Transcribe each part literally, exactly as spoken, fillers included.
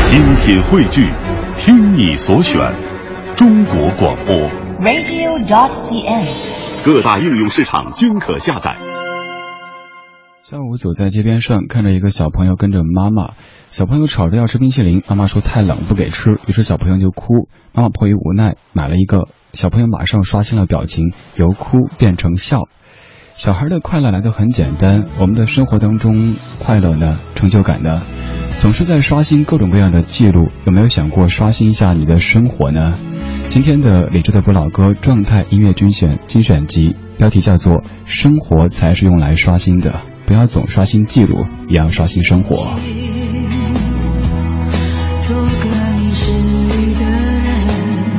精品汇聚，听你所选，中国广播 radio dot c n， 各大应用市场均可下载。 上午走在街边上，看着一个小朋友跟着妈妈，小朋友吵着要吃冰淇淋，妈妈说太冷不给吃，于是小朋友就哭，妈妈迫于无奈买了一个，小朋友马上刷新了表情，由哭变成笑。小孩的快乐来得很简单，我们的生活当中快乐呢，成就感呢，总是在刷新各种各样的记录，有没有想过刷新一下你的生活呢？今天的理智的不老歌状态音乐精选精选集，标题叫做生活才是用来刷新的，不要总刷新记录，也要刷新生活。 做个你是你的人，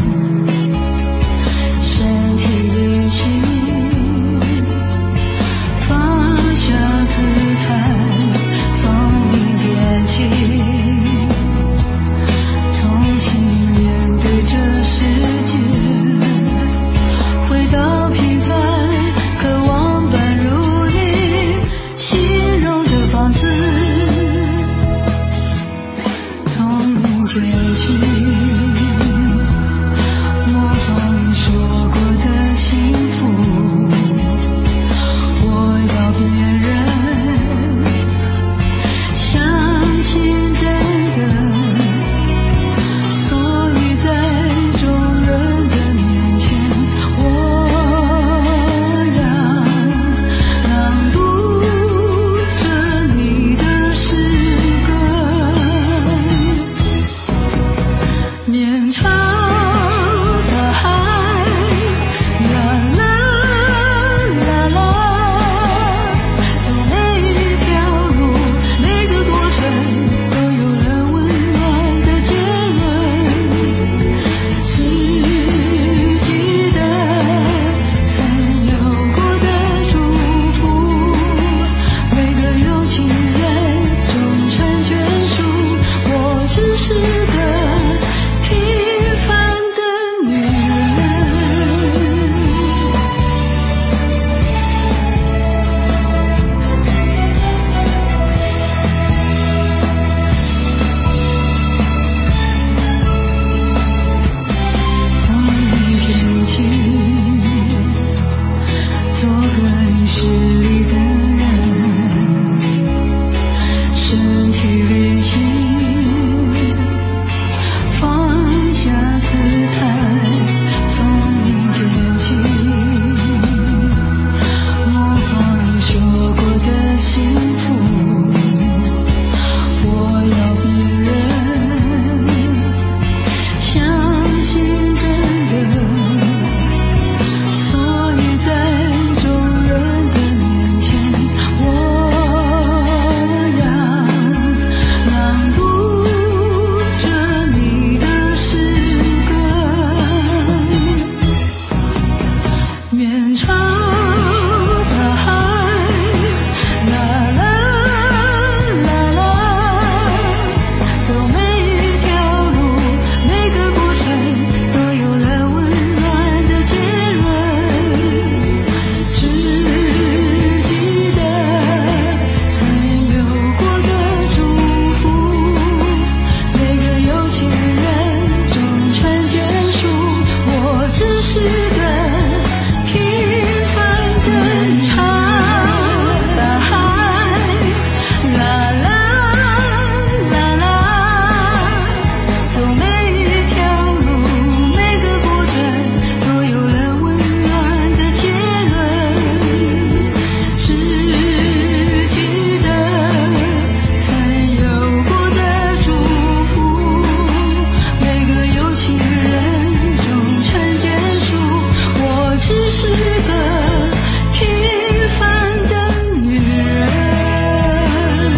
身体旅行，放下姿态，从明天起，重新面对这世界，回到平凡，渴望般如你形容的房子，从明天起，模仿你说过的幸福，我要别人相信真的，所以在众人的面前，我要朗读着你的诗歌，面朝大海，啦啦啦啦，走每一条路，每个过程都有了温暖的结论，只记得曾有过的祝福，每个有情人终成眷属，我只是个平凡的女人。从明天起，做个你势力的人，身体旅行，放下姿态，从明天起，模仿你说过的幸福，我要别人相信真的，所以在众人的面前，我要朗读着你的诗歌，面朝大海，啦啦啦啦，走每一条路，每个过程都有了温暖的结论，只记得曾有过的祝福，每个有情人终成眷属，我只是个平凡的朝大海，啦啦啦啦，走每一条路，每个过程都有了温暖的结论，只记得曾有过的祝福，每个有情人终成眷属，我只是个平凡的女人。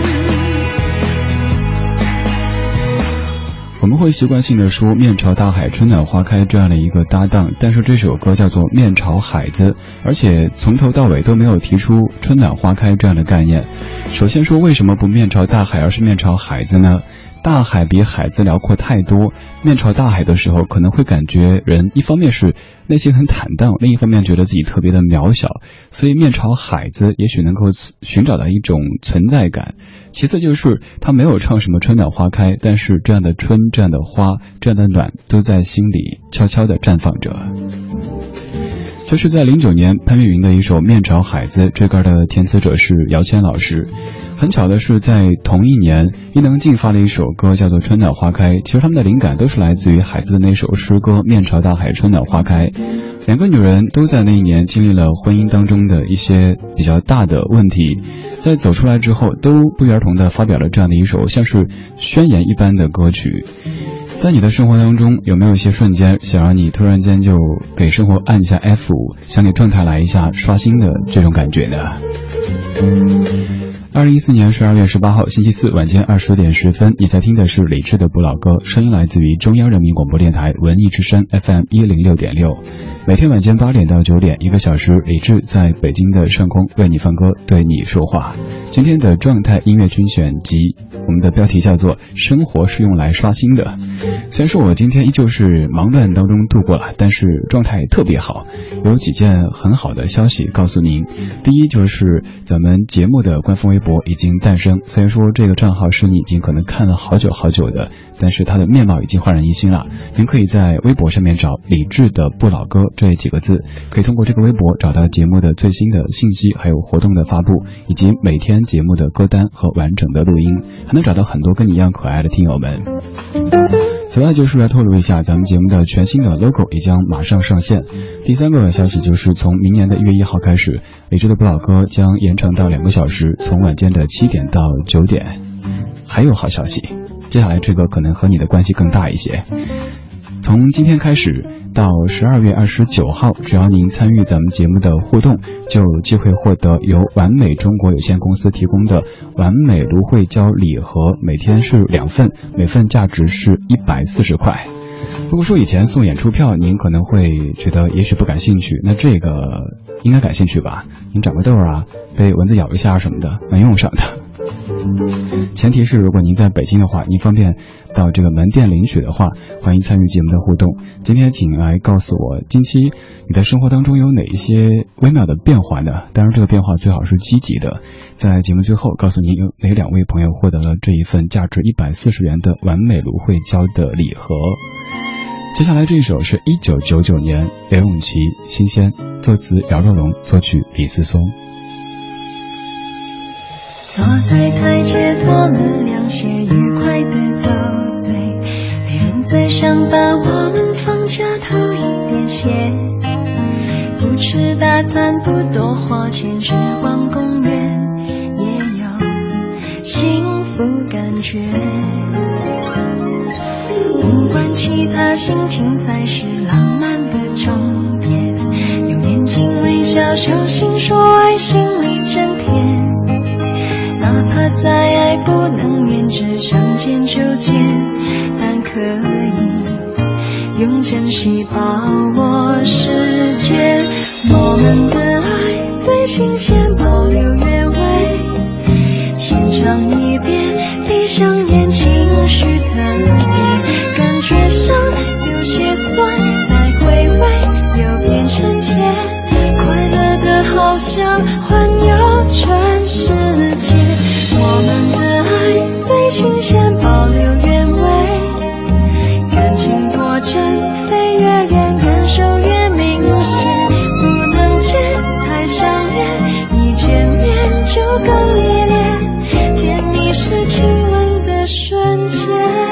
我们会习惯性的说面朝大海春暖花开这样的一个搭档，但是这首歌叫做面朝海子，而且从头到尾都没有提出春暖花开这样的概念。首先说为什么不面朝大海而是面朝海子呢？大海比海子辽阔太多，面朝大海的时候可能会感觉人一方面是内心很坦荡，另一方面觉得自己特别的渺小，所以面朝海子也许能够寻找到一种存在感。 其次就是他没有唱什么春暖花开，但是这样的春，这样的花，这样的暖都在心里悄悄地绽放着。这是在零九年潘越云的一首《面朝海子》，这歌的填词者是姚谦老师。很巧的是，在同一年，伊能静发了一首歌叫做《春暖花开》，其实他们的灵感都是来自于海子的那首诗歌《面朝大海，春暖花开》。两个女人都在那一年经历了婚姻当中的一些比较大的问题，在走出来之后，都不约而同地发表了这样的一首像是宣言一般的歌曲。在你的生活当中，有没有一些瞬间想让你突然间就给生活按一下 F 五，想给状态来一下刷新的这种感觉呢？二零一四年十二月十八号星期四晚间二十点十分，你在听的是李志的不老歌，声音来自于中央人民广播电台文艺之声 F M 一零六点六。每天晚间八点到九点，一个小时，李志在北京的上空为你放歌，对你说话。今天的状态音乐精选集，我们的标题叫做生活是用来刷新的。虽然说我今天依旧是忙乱当中度过了，但是状态特别好，有几件很好的消息告诉您。第一就是咱们节目的官方微博已经诞生，虽然说这个账号是你已经可能看了好久好久的，但是它的面貌已经焕然一新了。您可以在微博上面找李志的不老歌这几个字，可以通过这个微博找到节目的最新的信息，还有活动的发布，以及每天节目的歌单和完整的录音，还能找到很多跟你一样可爱的听友们。此外就是来透露一下，咱们节目的全新的 logo 也将马上上线。第三个消息就是从明年的一月一号开始，李志的不老歌将延长到两个小时，从晚间的七点到九点。还有好消息，接下来这个可能和你的关系更大一些。从今天开始到十二月二十九号，只要您参与咱们节目的互动，就有机会获得由完美中国有限公司提供的完美芦荟胶礼盒，每天是两份，每份价值是一百四十块。如果说以前送演出票您可能会觉得也许不感兴趣，那这个应该感兴趣吧，您长个痘啊，被蚊子咬一下什么的，能用上的。前提是如果您在北京的话，您方便到这个门店领取的话，欢迎参与节目的互动。今天请来告诉我，近期你的生活当中有哪一些微妙的变化呢？当然这个变化最好是积极的。在节目最后告诉您有哪两位朋友获得了这一份价值一百四十元的完美芦荟胶的礼盒。接下来这一首是一九九九年刘咏琪新鲜，作词姚若龙，作曲李思松。 坐在台阶脱了凉鞋，愉快的斗嘴，没人再想把我们放假偷一点血，不吃大餐不多花钱，去逛公园也有幸福感觉，不管其他心情才是浪漫的终点，用眼睛微笑手心说爱，心里真甜，哪怕再爱不能连着相见就见，但可以用珍惜把握时间，我们的爱最新鲜，保留原味，先尝一遍，闭上眼情绪特别，感觉上有些酸，再回味又变成甜，快乐的好像环游全世界，我们的爱最新鲜，保留原味，感情多真，飞越远，感受越明显，不能见太想念，一见面就更依恋，甜蜜是亲吻的瞬间。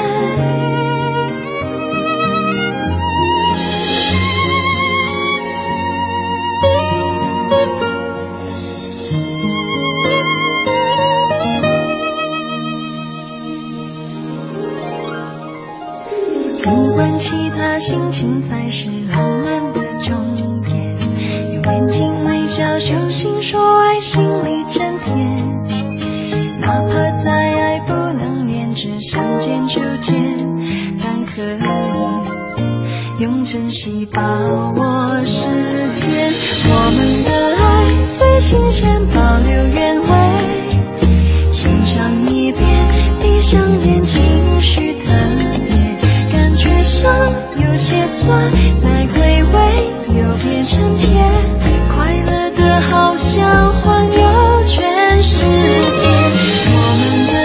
不管其他心情才是浪漫的终点，用眼睛微笑手心说爱，心里真甜，哪怕再爱不能连着相见就见，但可以用珍惜把握时间，我们的爱最新鲜，保留原味，先尝一遍，闭上眼，情绪特别，感觉上有些酸，再回味又变成甜，快乐的好像环游全世界，我们的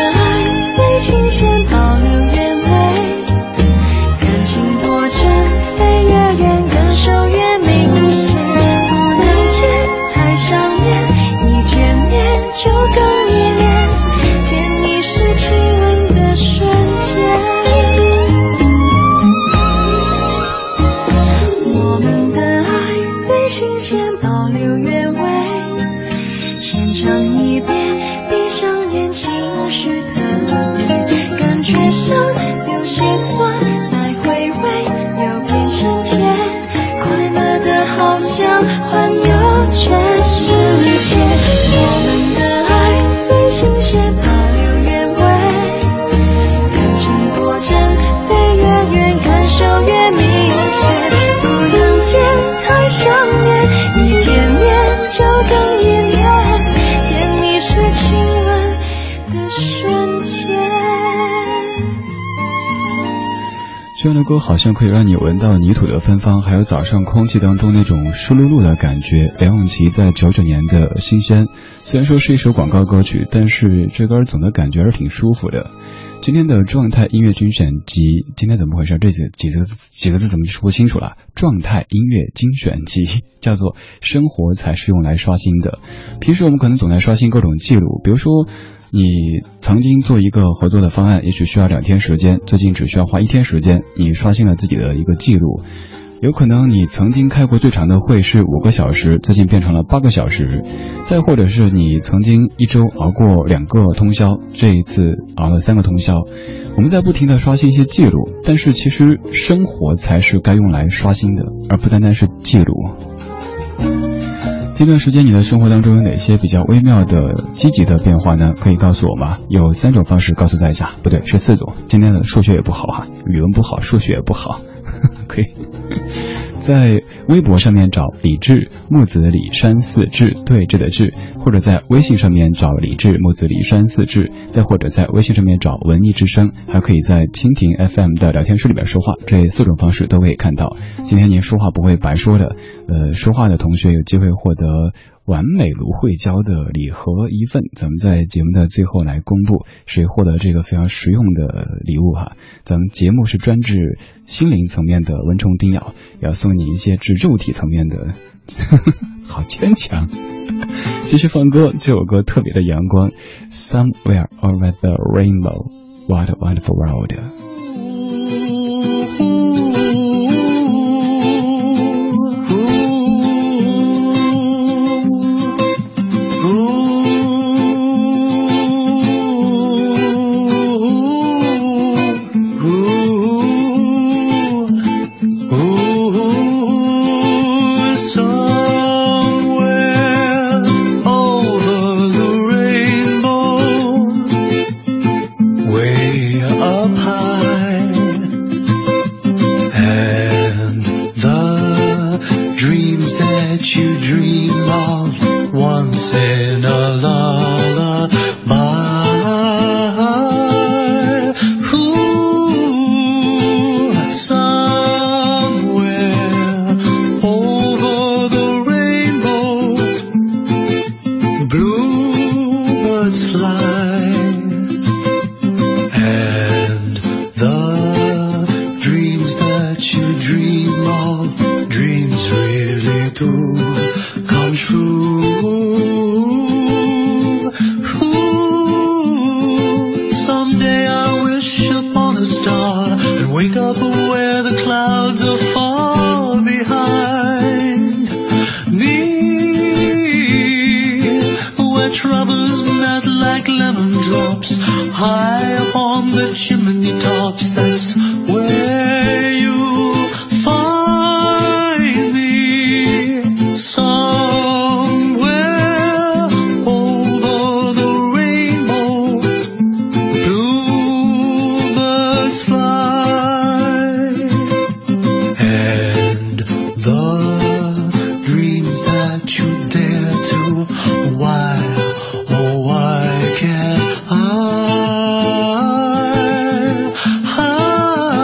上有些酸，再回味又变成甜，快乐的好像环游全世界。我们的爱最新鲜，保留原味，感情多真，飞越远，感受越明显，不能见太想念，一见面就更依恋，甜蜜是亲吻的瞬间。 这样的歌好像可以让你闻到泥土的芬芳，还有早上空气当中那种湿漉漉的感觉。梁咏琪在九九年的新鲜，虽然说是一首广告歌曲，但是这歌总的感觉还是挺舒服的。今天的状态音乐精选集，今天怎么回事？这几几个几个字怎么说不清楚了？状态音乐精选集叫做生活才是用来刷新的。平时我们可能总在刷新各种记录，比如说你曾经做一个合作的方案，也许需要两天时间，最近只需要花一天时间，你刷新了自己的一个记录。有可能你曾经开过最长的会是五个小时，最近变成了八个小时。再或者是你曾经一周熬过两个通宵，这一次熬了三个通宵。我们在不停地刷新一些记录，但是其实生活才是该用来刷新的，而不单单是记录。这段时间你的生活当中有哪些比较微妙的积极的变化呢？可以告诉我吗？有三种方式告诉在下，不对，是四种。今天的数学也不好哈，语文不好，数学也不好。可以在微博上面找李志木子李山寺志对峙的志，或者在微信上面找李志木子李山寺志，再或者在微信上面找文艺之声，还可以在蜻蜓 F M 的聊天室里面说话，这四种方式都可以看到。今天您说话不会白说的，呃，说话的同学有机会获得完美芦荟胶的礼盒一份，咱们在节目的最后来公布谁获得这个非常实用的礼物哈。咱们节目是专治心灵层面的蚊虫叮咬，要送你一些治肉体层面的好牵强。继续放歌，这首歌特别的阳光， Somewhere Over the Rainbow, What a Wonderful World。 Why, oh why can't I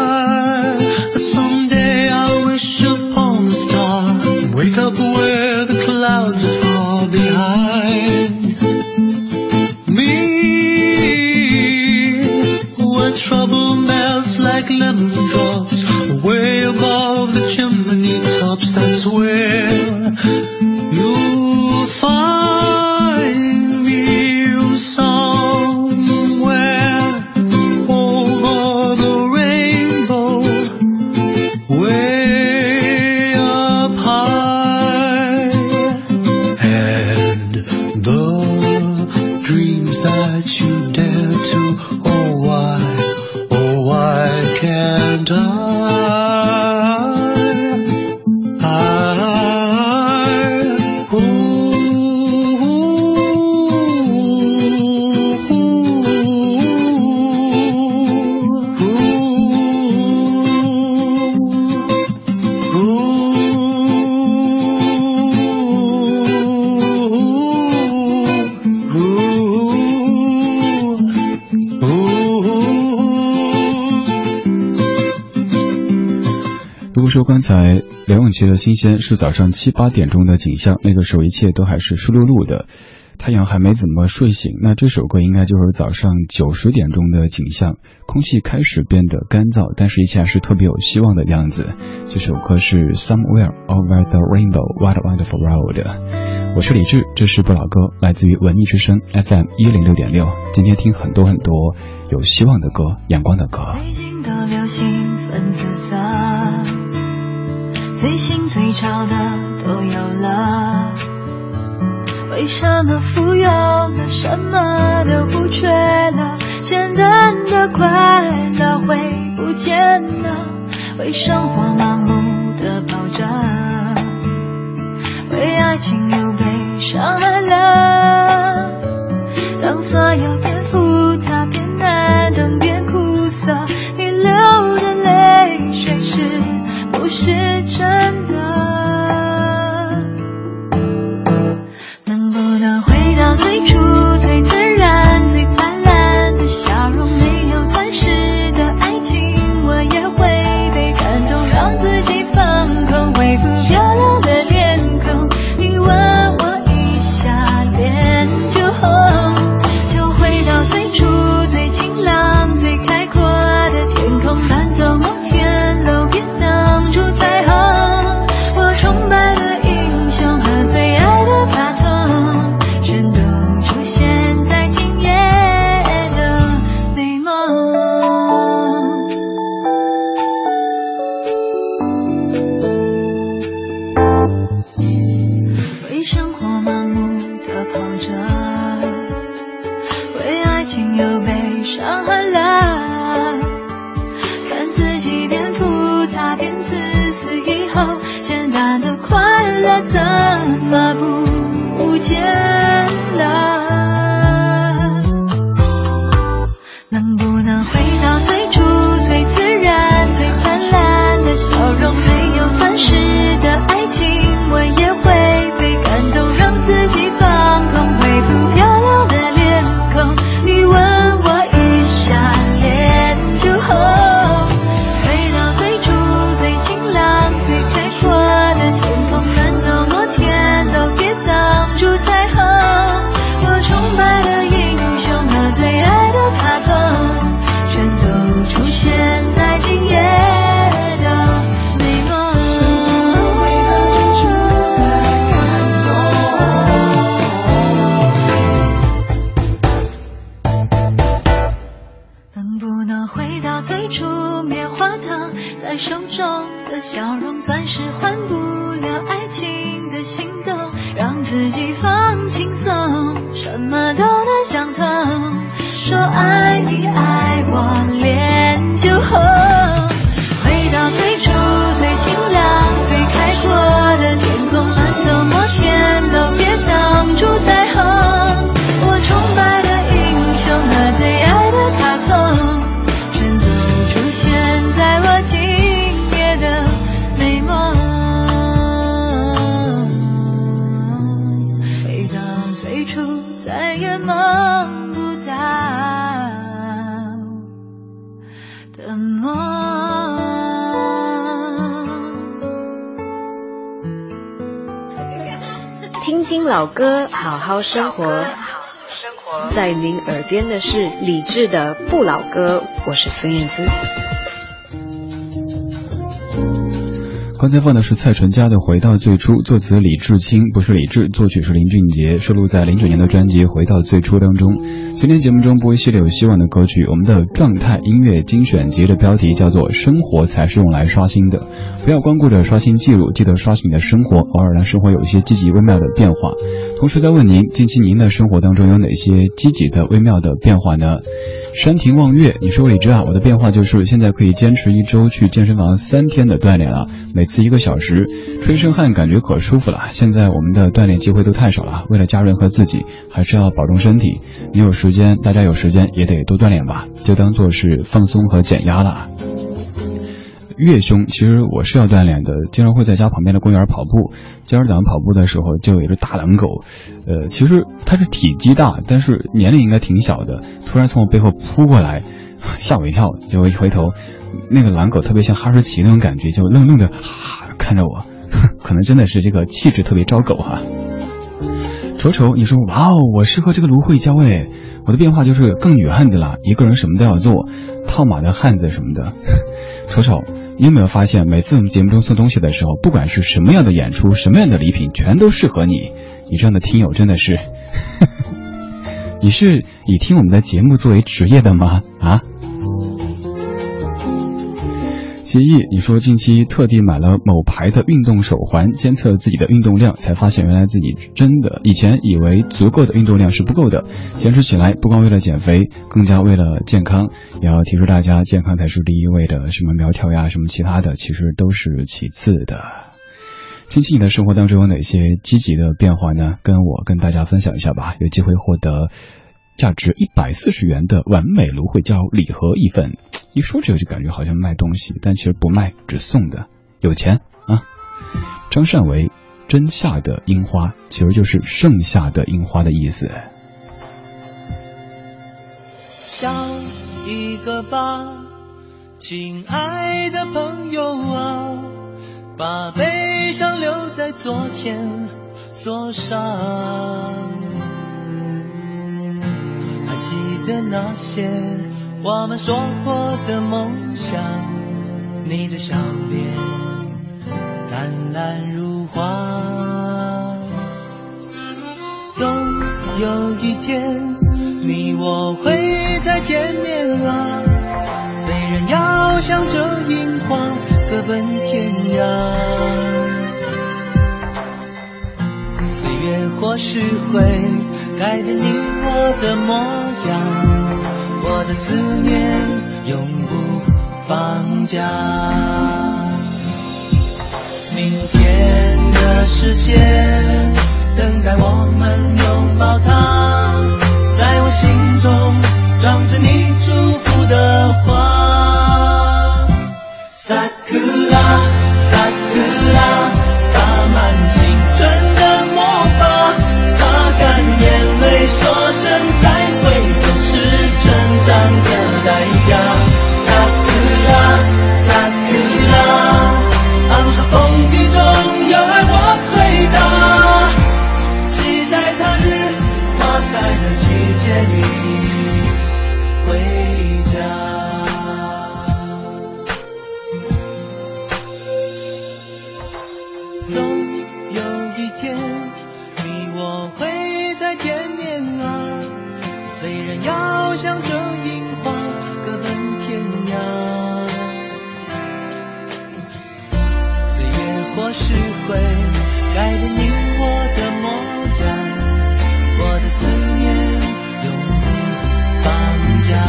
如果说刚才梁咏琪的新鲜是早上七八点钟的景象，那个时候一切都还是湿漉漉的，太阳还没怎么睡醒，那这首歌应该就是早上九十点钟的景象，空气开始变得干燥，但是一切还是特别有希望的样子。这首歌是 Somewhere Over the Rainbow What a Wonderful Road。 我是李志，这是不老歌，来自于文艺之声 F M 一零六点六。今天听很多很多有希望的歌，阳光的歌。 最近的流行粉紫色，最新最潮的都有了，为什么富有了什么都不缺了，简单的快乐会不见了，为生活盲目的跑着，为爱情又被伤害了，当所有变复杂变难等变苦涩，你流的泪水是不是真的？能不能回到最初最自然最灿烂的笑容，没有钻石的爱情我也会被感动，让自己放空，恢复漂亮的脸孔，你吻我一下脸就红，就回到最初最晴朗最开阔的天空，伴奏摩天楼别挡住彩虹，我崇拜的英雄和最爱的卡通全都出现在今夜的美梦。为生活盲目的跑着，为爱情又被伤害了，看自己变复杂变自私以后，简单的快乐怎么不见了？能不能回到最初最自然最灿烂的笑容，没有钻石的爱情我也会被感动，让自己放空，恢复漂亮的脸孔，你吻我一下脸就红，回到最初最晴朗最开阔的天空，伴奏摩天楼别挡住彩虹，我崇拜的英雄和最爱的卡通全都出现在今夜的美梦。能不能回到最初，棉花糖在手中的笑容，钻石换不了爱情的心动，让自己放轻松，什么都能想通，说爱你爱我脸就红，回到最初最晴朗最开阔的天空，伴奏摩天楼别挡住彩虹，我崇拜的英雄和最爱的卡通全都出现在我今夜的美梦。回到最初再也梦不到的梦。 听听老歌，好好生活。在您耳边的是李志的不老歌，我是孙燕姿。 刚才放的是蔡淳佳的《回到最初》，作词李志清，不是李志，作曲是林俊杰，收录在零九年的专辑《回到最初》当中。今天节目中播一系列有希望的歌曲，我们的状态音乐精选集的标题叫做生活才是用来刷新的，不要光顾着刷新记录，记得刷新你的生活，偶尔让生活有一些积极微妙的变化。同时在问您，近期您的生活当中有哪些积极的微妙的变化呢？山亭望月，你说李志啊，我的变化就是现在可以坚持一周去健身房三天的锻炼了，每次一个小时，吹身汗感觉可舒服了。现在我们的锻炼机会都太少了，为了家人和自己，还是要保重身体。你有时间，大家有时间也得多锻炼吧，就当做是放松和减压了。岳兄，其实我是要锻炼的，经常会在家旁边的公园跑步。今儿早上跑步的时候，就有一只大狼狗，呃，其实它是体积大，但是年龄应该挺小的，突然从我背后扑过来，吓我一跳。结果一回头， 那个狼狗特别像哈士奇那种感觉，就愣愣的看着我，可能真的是这个气质特别招狗哈。瞅瞅，你说哇哦，我适合这个芦荟胶哎，我的变化就是更女汉子了，一个人什么都要做，套马的汉子什么的。瞅瞅，你有没有发现，每次我们节目中送东西的时候，不管是什么样的演出，什么样的礼品，全都适合你。你这样的听友真的是，你是以听我们的节目作为职业的吗？啊？协议，你说近期特地买了某牌的运动手环，监测自己的运动量，才发现原来自己真的以前以为足够的运动量是不够的，坚持起来不光为了减肥，更加为了健康。也要提示大家，健康才是第一位的，什么苗条呀，什么其他的，其实都是其次的。近期你的生活当中有哪些积极的变化呢？跟我跟大家分享一下吧，有机会获得价值一百四十元的完美芦荟胶礼盒一份。一说这个就感觉好像卖东西，但其实不卖，只送的。有钱啊！张善为，真夏的樱花，其实就是盛夏的樱花的意思。 想一个吧，亲爱的朋友啊，把悲伤留在昨天锁上。还记得那些我们说过的梦想，你的笑脸灿烂如花。总有一天你我会再见面啊，虽然要向着樱花各奔天涯。岁月或许会改变你我的模样，我的思念永不放假。明天的世界等待我们拥抱它，在我心中装着你祝福的花。Sakura Sakura 洒满青春的魔法，擦干眼泪说声再会，都是成长的代价。Sakura Sakura 昂首风雨中有爱我最大，期待他日花开的季节里回家。总有一天你我会再见面啊，虽然要向着樱花各奔天涯。岁月或许会改变你我的模样，我的思念永不放假。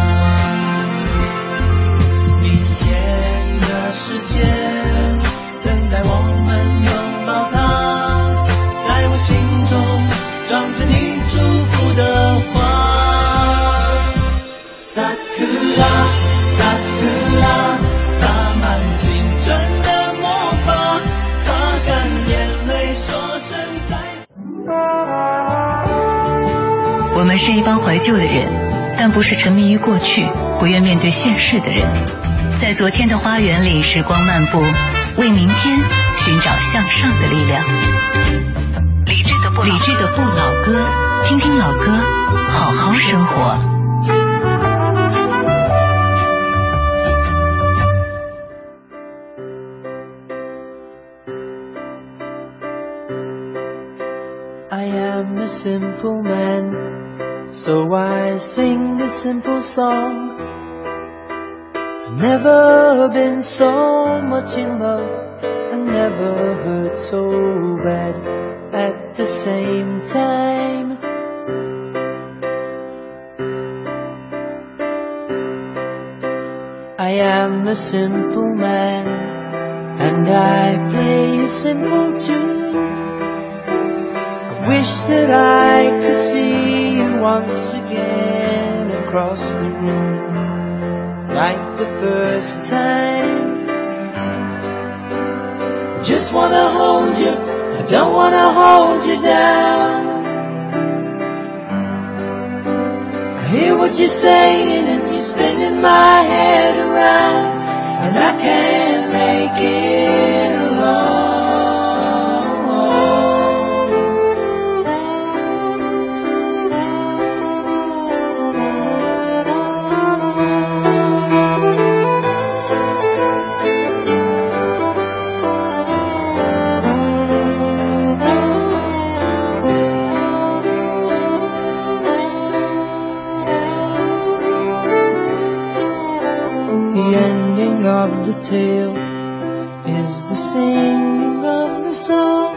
明天的世界等待我们拥抱它，在我心中装着你祝福的花。Sakura Sakura 洒满青春的魔法，擦干眼泪说声再会。 我们是一帮怀旧的人，但不是沉迷于过去，不愿面对现实的人。在昨天的花园里时光漫步，为明天寻找向上的力量。理智的不理智的不老歌，听听老歌，好好生活。 I am a simple man, so I sing a simple song. I've never been so much in love, I never hurt so bad at the same time. I am a simple man, and I play a simple tune.I wish that I could see you once again across the room, like the first time. I just wanna hold you, I don't wanna hold you down. I hear what you're saying and you're spinning my head around. the ending of the tale is the singing of the song.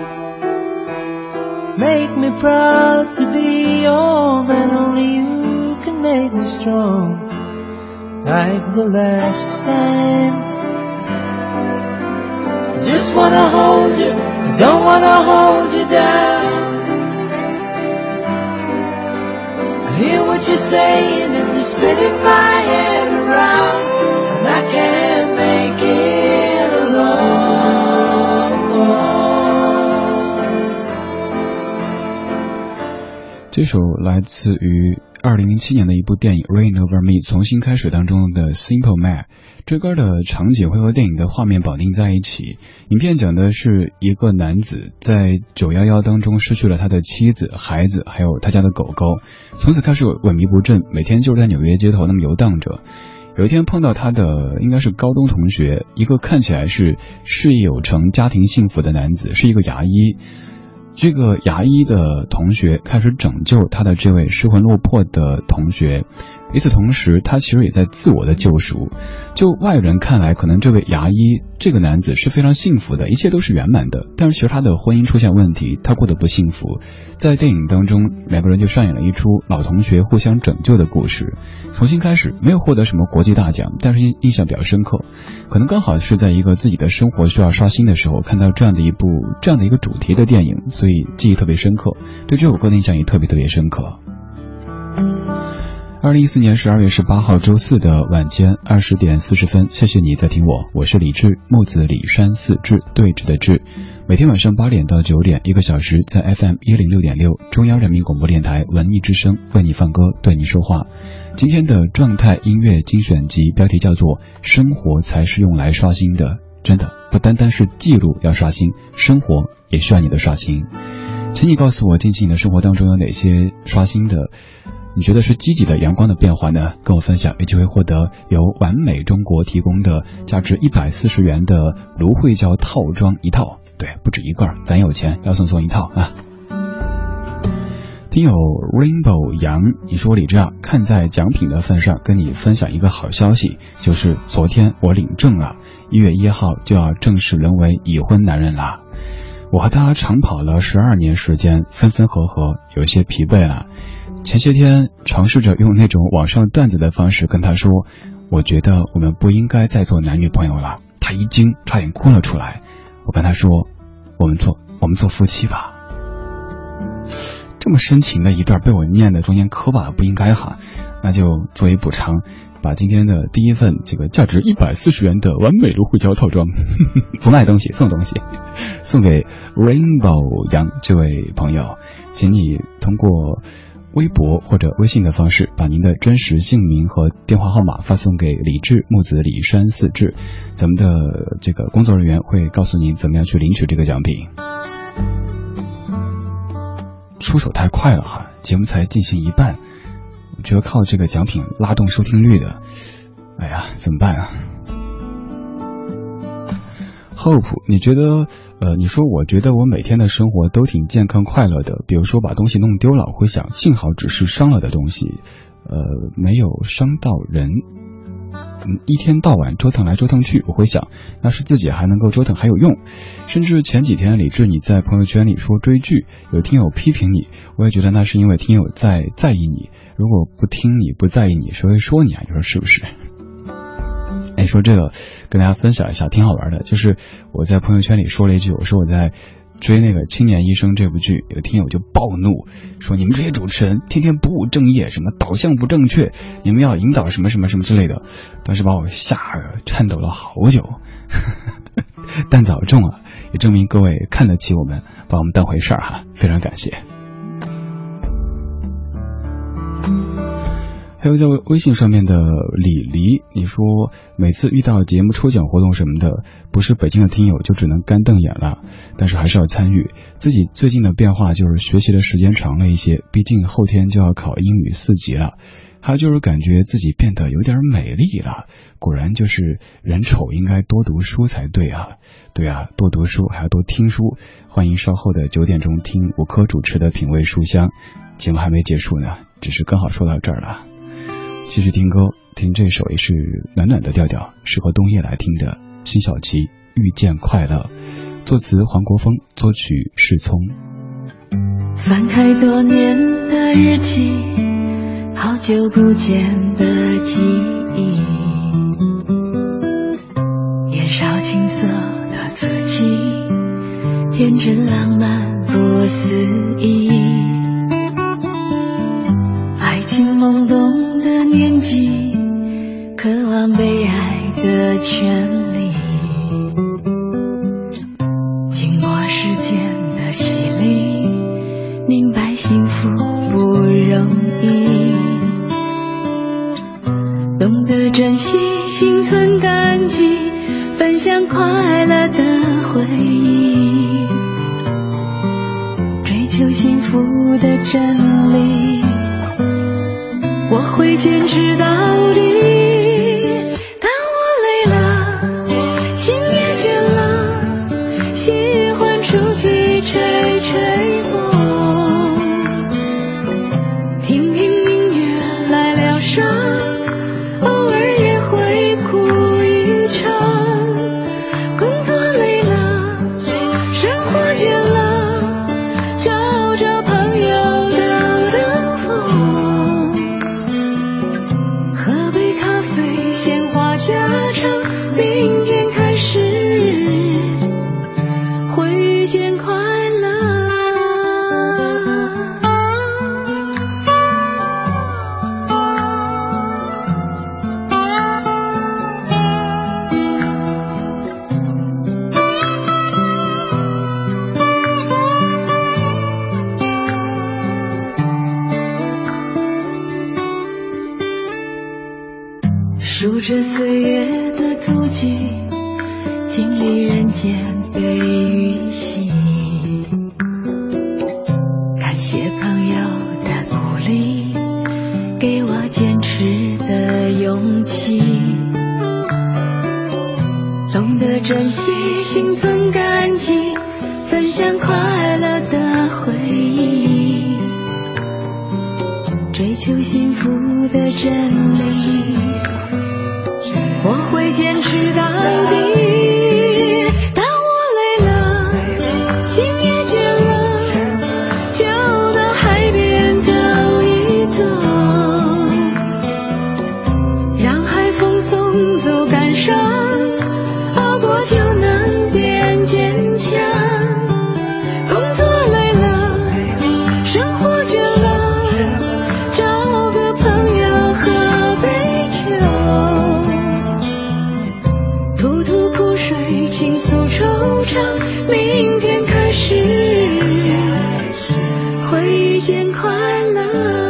Make me proud to be your man, only you can make me strong, like the last time. I just wanna hold you, I don't wanna hold you down. I hear what you're saying and you're spinning my head around, and I can't make it alone. 这首来自于二零零七年的一部电影《Rain Over Me》重新开始当中的 Simple Man， 这歌的场景会和电影的画面绑定在一起。影片讲的是一个男子在九一一当中失去了他的妻子、孩子，还有他家的狗狗，从此开始萎靡不振，每天就是在纽约街头那么游荡着。有一天碰到他的应该是高中同学，一个看起来是事业有成、家庭幸福的男子，是一个牙医。这个牙医的同学开始拯救他的这位失魂落魄的同学，与此同时他其实也在自我的救赎。就外人看来，可能这位牙医这个男子是非常幸福的，一切都是圆满的，但是其实他的婚姻出现问题，他过得不幸福。在电影当中，两个人就上演了一出老同学互相拯救的故事。重新开始，没有获得什么国际大奖，但是印象比较深刻。可能刚好是在一个自己的生活需要刷新的时候，看到这样的一部这样的一个主题的电影，所以记忆特别深刻，对这首歌的印象也特别特别深刻。二零一四年十二月十八号周四的晚间二十点四十分，谢谢你在听我，我是李志，木子李山四志，对峙的志。每天晚上八点到九点，一个小时，在 F M 一零六点六中央人民广播电台文艺之声为你放歌，对你说话。今天的状态音乐精选集标题叫做生活才是用来刷新的，真的不单单是记录要刷新，生活也需要你的刷新。请你告诉我，近期你的生活当中有哪些刷新的你觉得是积极的阳光的变化呢？跟我分享，有机会获得由完美中国提供的价值一百四十元的芦荟胶套装一套。对，不止一个，咱有钱要送送一套啊。听友 Rainbow 杨，你说李志啊，看在奖品的份上跟你分享一个好消息，就是昨天我领证了，一月一号就要正式沦为已婚男人了。我和他长跑了十二年时间，分分合合，有些疲惫了。前些天尝试着用那种网上段子的方式跟他说，我觉得我们不应该再做男女朋友了。他一惊，差点哭了出来。我跟他说，我们做我们做夫妻吧。这么深情的一段被我念的中间磕巴了，不应该哈。那就作为补偿，把今天的第一份这个价值一百四十元的完美芦荟胶套装不卖东西送东西送给 Rainbow 杨这位朋友，请你通过微博或者微信的方式把您的真实姓名和电话号码发送给李志木子李山四志，咱们的这个工作人员会告诉您怎么样去领取这个奖品。出手太快了哈，节目才进行一半，我觉得靠这个奖品拉动收听率的，哎呀怎么办啊。Hope， 你觉得呃，你说我觉得我每天的生活都挺健康快乐的，比如说把东西弄丢了，会想幸好只是伤了的东西，呃，没有伤到人。嗯，一天到晚折腾来折腾去，我会想那是自己还能够折腾还有用。甚至前几天李志你在朋友圈里说追剧，有听友批评你，我也觉得那是因为听友在在意你，如果不听你不在意你，谁会说你啊？你说是不是？哎，说这个跟大家分享一下，挺好玩的。就是我在朋友圈里说了一句，我说我在追那个《青年医生》这部剧，有听友就暴怒，说你们这些主持人天天不务正业，什么导向不正确，你们要引导什么什么什么之类的，当时把我吓得颤抖了好久。但早中啊，也证明各位看得起我们，把我们当回事儿哈，非常感谢。还有在微信上面的李黎，你说每次遇到节目抽奖活动什么的，不是北京的听友就只能干瞪眼了，但是还是要参与。自己最近的变化就是学习的时间长了一些，毕竟后天就要考英语四级了。还有就是感觉自己变得有点美丽了，果然就是人丑应该多读书才对啊。对啊，多读书还要多听书。欢迎稍后的九点钟听吴科主持的品味书香，节目还没结束呢，只是刚好说到这儿了。 继续听歌，听这首也是暖暖的调调，适合冬夜来听的辛晓琪《遇见快乐》，作词黄国锋，作曲世聪。 翻开多年的日记，好久不见的记忆，年少青涩的自己，天真浪漫不思议，爱情懵懂的年纪，渴望被爱的权利，经过时间的洗礼，明白幸福不容易，懂得珍惜，心存感激，分享快乐的回忆，追求幸福的真理，我会坚持到底。当我累了，心也倦了，喜欢出去吹吹风，听听音乐来疗伤，偶尔也会哭一场。工作累了，生活倦了，找找朋友兜兜风，喝杯咖啡，闲话家常，明天开始会遇见快乐。数着岁月的足迹，经历人间悲与喜，感谢朋友的鼓励，给我坚持的勇气，懂得珍惜，心存感激，分享快乐的回忆，追求幸福的真理，我会坚持到底。当我累了，心也倦了，就到海边走一走，让海风送走感伤，熬过就能变坚强。工作累了，生活倦了，找个朋友喝杯酒，吐吐苦水，倾诉惆怅，明天开始会遇见快乐。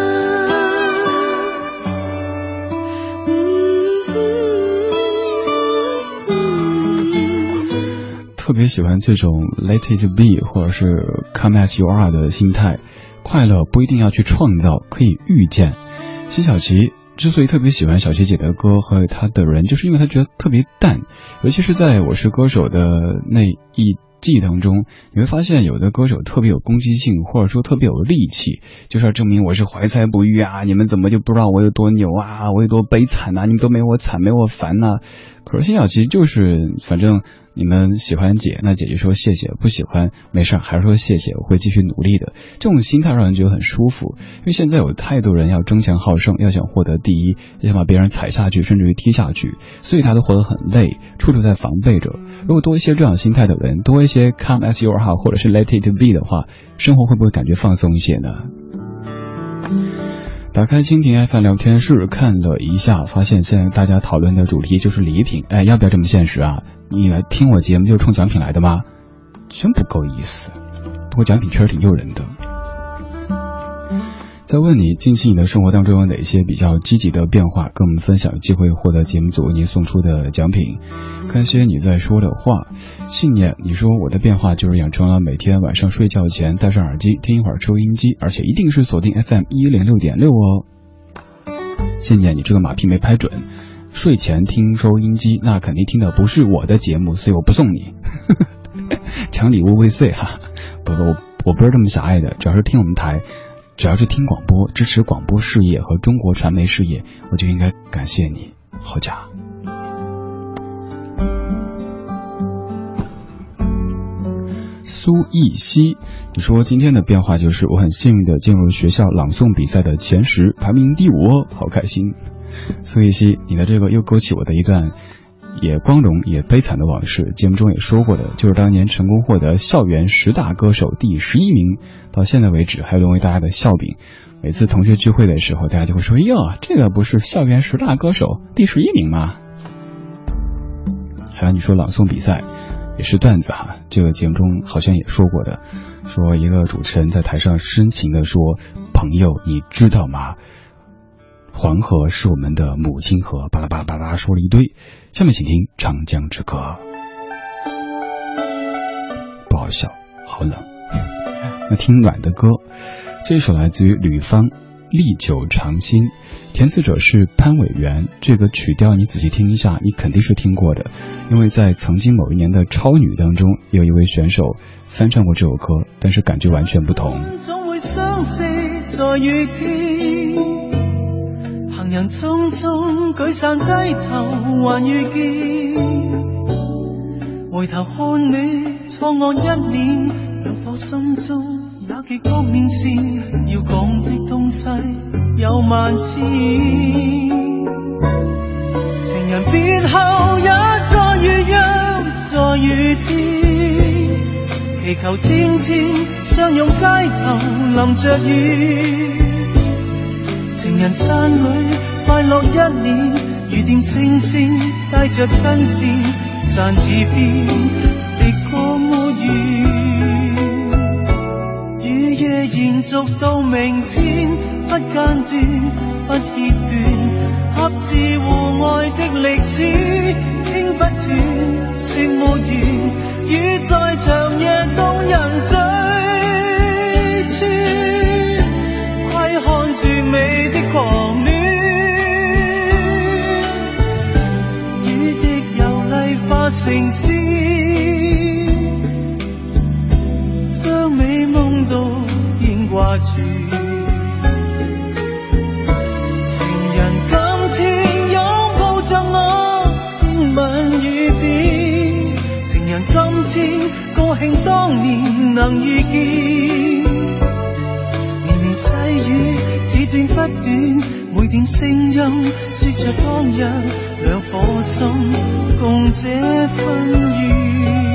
特别喜欢这种 let it be 或者是 come as you are 的心态，快乐不一定要去创造，可以遇见。辛晓琪之所以特别喜欢小琪姐的歌和她的人，就是因为她觉得特别淡，尤其是在我是歌手的那一季当中，你会发现有的歌手特别有攻击性，或者说特别有戾气，就是要证明我是怀才不遇啊，你们怎么就不知道我有多牛啊，我有多悲惨啊，你们都没我惨没我烦啊。可是辛晓琪就是反正你们喜欢姐，那姐姐说谢谢，不喜欢没事还是说谢谢，我会继续努力的。这种心态让人觉得很舒服，因为现在有太多人要争强好胜，要想获得第一，要想把别人踩下去，甚至于踢下去，所以他都活得很累，处处在防备着。如果多一些这样心态的人，多一些 come as you are 或者是 let it be 的话，生活会不会感觉放松一些呢？打开蜻蜓 F M 聊天室看了一下，发现现在大家讨论的主题就是礼品。哎，要不要这么现实啊？你来听我节目就是冲奖品来的吗？真不够意思。不过奖品确实挺诱人的。再问你，近期你的生活当中有哪些比较积极的变化，跟我们分享，机会获得节目组为您送出的奖品。看些你在说的话。信念，你说我的变化就是养成了每天晚上睡觉前戴上耳机听一会儿收音机，而且一定是锁定 F M 一零六点六哦。信念，你这个马屁没拍准，睡前听收音机那肯定听的不是我的节目，所以我不送你。抢礼物未遂哈，不不，我我不是这么狭隘的，只要是听我们台只要是听广播、支持广播事业和中国传媒事业，我就应该感谢你，侯家。苏艺熙，你说今天的变化就是我很幸运的进入学校朗诵比赛的前十，排名第五哦，好开心。苏艺熙，你的这个又勾起我的一段也光荣也悲惨的往事，节目中也说过的，就是当年成功获得校园十大歌手第十一名，到现在为止还沦为大家的笑柄。每次同学聚会的时候，大家就会说，哟，这个不是校园十大歌手第十一名吗？还有你说朗诵比赛也是段子哈，这个节目中好像也说过的，说一个主持人在台上深情地说，朋友你知道吗，黄河是我们的母亲河，巴拉巴拉巴拉说了一堆。下面请听《长江之歌》。不好笑，好冷。那听暖的歌，这首来自于吕方《历久常新》，填词者是潘伟元。这个曲调你仔细听一下，你肯定是听过的，因为在曾经某一年的超女当中，有一位选手翻唱过这首歌，但是感觉完全不同。 總會相識在雨天，行人匆匆舉傘低頭還遇見，回頭看你錯愕一臉，兩顆心中也極多面線，要講的東西有萬千，情人別後也再預約在雨天，祈求天天相擁街頭淋着雨，情人山裏快樂一臉，雨點星星帶着親線，散似邊別個沒緣，雨夜延續到明天，不間斷不歇倦，合字戶外的歷史傾不斷，說沒完，雨在長夜動人嘴穿，窺看住美的狂戀，雨滴由麗化成詩，將美夢都牽掛住，情人今天擁抱着我，輕吻雨點，情人今天高興當年能遇見，綿綿細雨只短不短，每點聲音說着當日兩顆心共這份緣。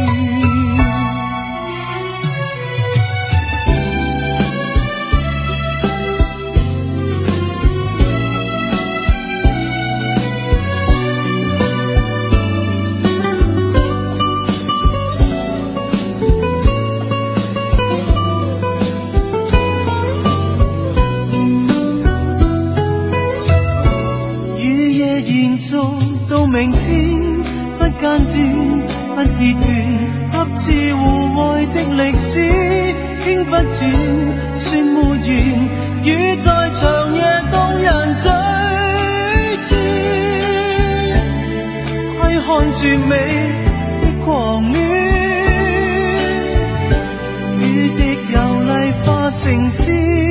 明天不間斷不歇倦，合字戶外的歷史傾不斷，說沒完，雨在長夜動人嘴穿，窺看住美的狂戀，雨滴由麗化成詩，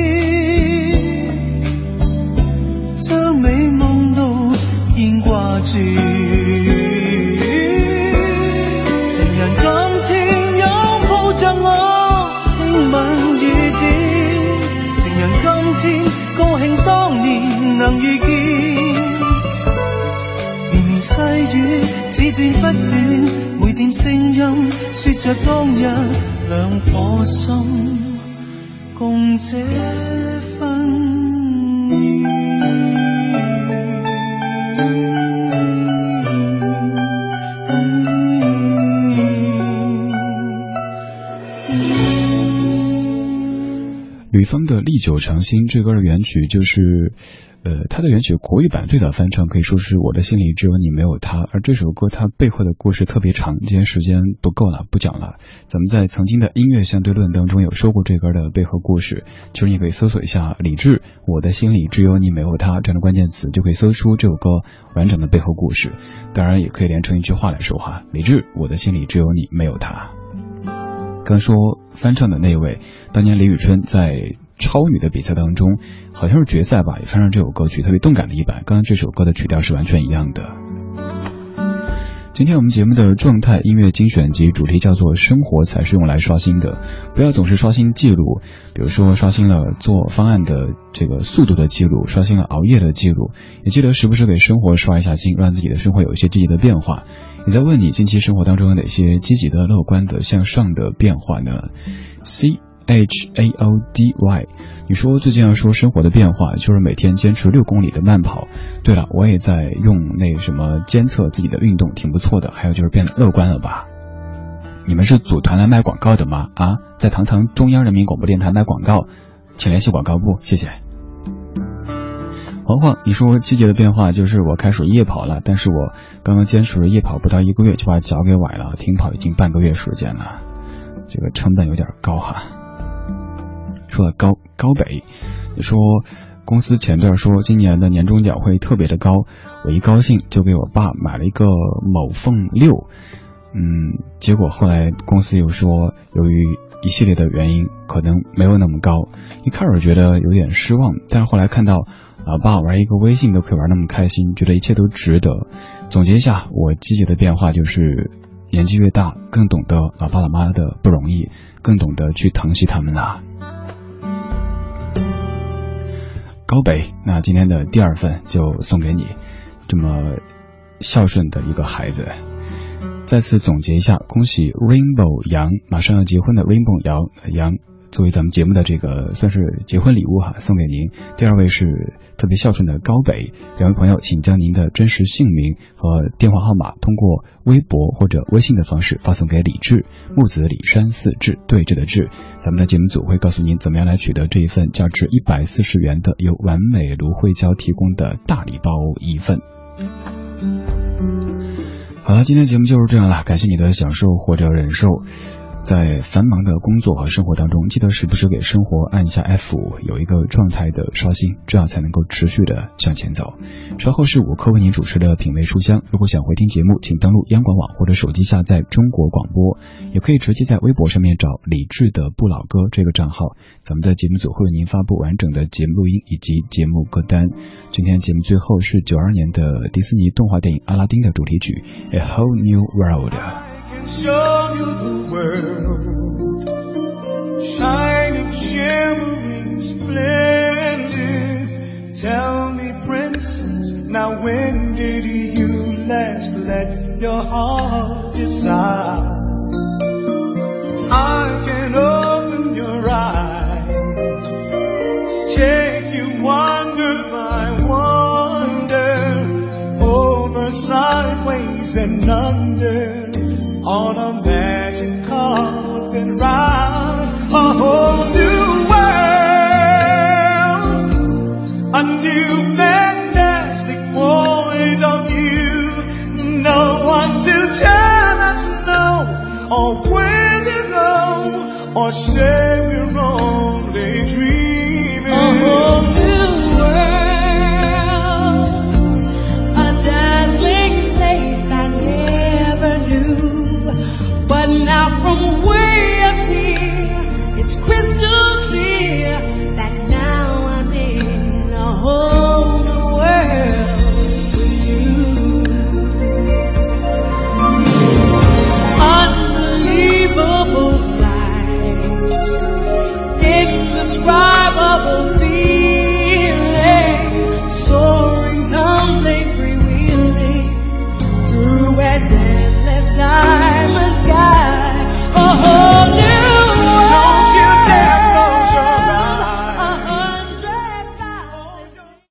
將美夢都牽掛住，情人今天擁抱着我，輕吻雨點，情人今天高興當年能遇見，綿綿細雨只短不短，每點聲音說着當日兩顆心共這份緣。 吕方的《历久常新》这歌的原曲就是，呃，它的原曲国语版最早翻唱可以说是我的心里只有你没有他，而这首歌它背后的故事特别长，今天时间不够了，不讲了。咱们在曾经的音乐相对论当中有说过这歌的背后故事，其实你可以搜索一下李志我的心里只有你没有他这样的关键词，就可以搜出这首歌完整的背后故事。当然也可以连成一句话来说哈，李志我的心里只有你没有他。刚说翻唱的那位，当年李宇春在超女的比赛当中，好像是决赛吧，也翻唱这首歌曲，特别动感的一版，刚刚这首歌的曲调是完全一样的。今天我们节目的状态音乐精选集主题叫做生活才是用来刷新的，不要总是刷新记录，比如说刷新了做方案的这个速度的记录，刷新了熬夜的记录，也记得时不时给生活刷一下新，让自己的生活有一些积极的变化。你在问你近期生活当中有哪些积极的、乐观的、向上的变化呢？ C H A O D Y， 你说最近要说生活的变化就是每天坚持六公里的慢跑。对了，我也在用那什么监测自己的运动，挺不错的。还有就是变得乐观了吧？你们是组团来卖广告的吗？啊，在堂堂中央人民广播电台卖广告，请联系广告部，谢谢。黄黄，你说季节的变化就是我开始夜跑了，但是我刚刚坚持了夜跑不到一个月就把脚给崴了，停跑已经半个月时间了，这个成本有点高哈。说了高高北，你说公司前段说今年的年终奖会特别的高，我一高兴就给我爸买了一个某凤六，嗯，结果后来公司又说由于一系列的原因可能没有那么高，一开始觉得有点失望，但是后来看到老爸玩一个微信都可以玩那么开心，觉得一切都值得。总结一下，我积极的变化就是年纪越大更懂得老爸老妈的不容易，更懂得去疼惜他们啦。高北，那今天的第二份就送给你，这么孝顺的一个孩子。再次总结一下，恭喜 Rainbow 杨马上要结婚的 Rainbow 杨杨作为咱们节目的这个算是结婚礼物哈，送给您。第二位是特别孝顺的高北，两位朋友请将您的真实姓名和电话号码通过微博或者微信的方式发送给李志，木子李山四志对峙的志，咱们的节目组会告诉您怎么样来取得这一份价值一百四十元的由完美芦荟胶提供的大礼包一份。好了，今天节目就是这样了，感谢你的享受或者忍受。在繁忙的工作和生活当中，记得时不时给生活按下 F， 有一个状态的刷新，这样才能够持续的向前走。稍后是五科为您主持的品味书香，如果想回听节目，请登录央广网或者手机下载中国广播，也可以直接在微博上面找李志的不老歌这个账号，咱们的节目组会为您发布完整的节目录音以及节目歌单。今天节目最后是九二年的迪士尼动画电影阿拉丁的主题曲 A Whole New World。 Show you the world, shining, shimmering, splendid. Tell me, princess, now when did you last let your heart decide? I can open your eyes, take you wonder by wonder, over, sideways and under.On a magic carpet ride, a whole new world, a new fantastic point of view. No one to tell us no, or where to go, or share